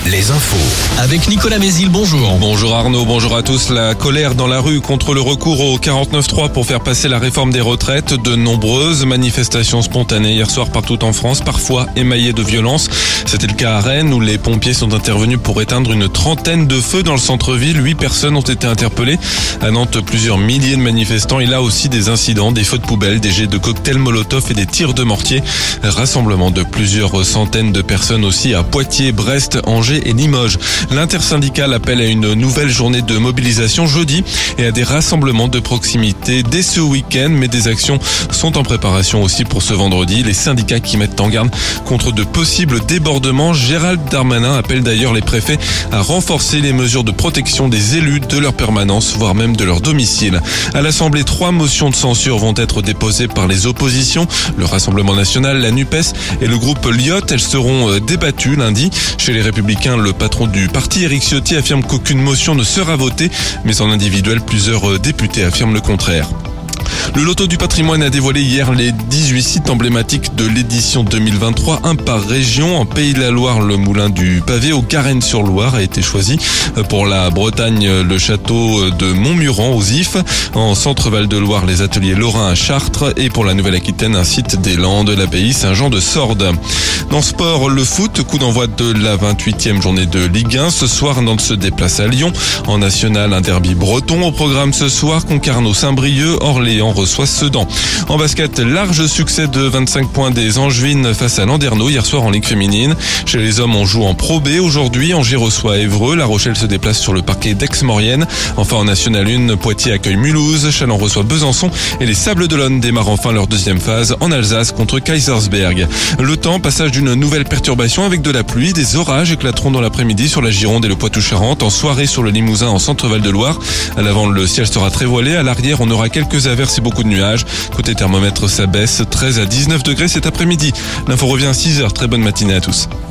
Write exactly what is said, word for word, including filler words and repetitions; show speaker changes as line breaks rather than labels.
les infos.
Avec Nicolas Mézil, bonjour.
Bonjour Arnaud, bonjour à tous. La colère dans la rue contre le recours au quarante-neuf trois pour faire passer la réforme des retraites. De nombreuses manifestations spontanées hier soir partout en France, parfois émaillées de violence. C'était le cas à Rennes où les pompiers sont intervenus pour éteindre une trentaine de feux dans le centre-ville. Huit personnes ont été interpellées. À Nantes, plusieurs milliers de manifestants et là aussi des incidents, des feux de poubelle, des jets de cocktails Molotov et des tirs de mortier. Rassemblement de plusieurs centaines de personnes aussi à Poitiers, Brest, Angers et Limoges. L'intersyndicale appelle à une nouvelle journée de mobilisation jeudi et à des rassemblements de proximité dès ce week-end, mais des actions sont en préparation aussi pour ce vendredi. Les syndicats qui mettent en garde contre de possibles débordements. Gérald Darmanin appelle d'ailleurs les préfets à renforcer les mesures de protection des élus, de leur permanence, voire même de leur domicile. À l'Assemblée, trois motions de censure vont être déposées par les oppositions, le Rassemblement national, la NUPES et le groupe Lyot. Elles seront débattues lundi. Chez les Républicains, le patron du parti, Éric Ciotti, affirme qu'aucune motion ne sera votée, mais en individuel, plusieurs députés affirment le contraire. Le loto du patrimoine a dévoilé hier les dix-huit sites emblématiques de l'édition deux mille vingt-trois, un par région. En Pays de la Loire, le moulin du Pavé au Garennes-sur-Loire a été choisi. Pour la Bretagne, le château de Montmuran aux Ifs. En Centre-Val de Loire, les ateliers lorrains à Chartres. Et pour la Nouvelle-Aquitaine, un site des Landes, l'abbaye Saint-Jean-de-Sordes. Dans sport, le foot, coup d'envoi de la vingt-huitième journée de Ligue un. Ce soir, Nantes se déplace à Lyon. En national, un derby breton au programme ce soir. Concarneau-Saint-Brieuc, Orléans reçoit Sedan. En basket, large succès de vingt-cinq points des Angevines face à Landerneau hier soir en Ligue féminine. Chez les hommes, on joue en Pro B. Aujourd'hui, Angers reçoit Évreux. La Rochelle se déplace sur le parquet d'Aix-Maurienne. Enfin, en National un, Poitiers accueille Mulhouse. Chalon reçoit Besançon. Et les Sables d'Olonne démarrent enfin leur deuxième phase en Alsace contre Kaisersberg. Le temps, passage d'une nouvelle perturbation avec de la pluie. Des orages éclateront dans l'après-midi sur la Gironde et le Poitou-Charentes. En soirée sur le Limousin en Centre-Val de Loire. À l'avant, le ciel sera très voilé. À l'arrière, on aura quelques averses et beaucoup de nuages. Côté thermomètre, ça baisse treize à dix-neuf degrés cet après-midi. L'info revient à six heures. Très bonne matinée à tous.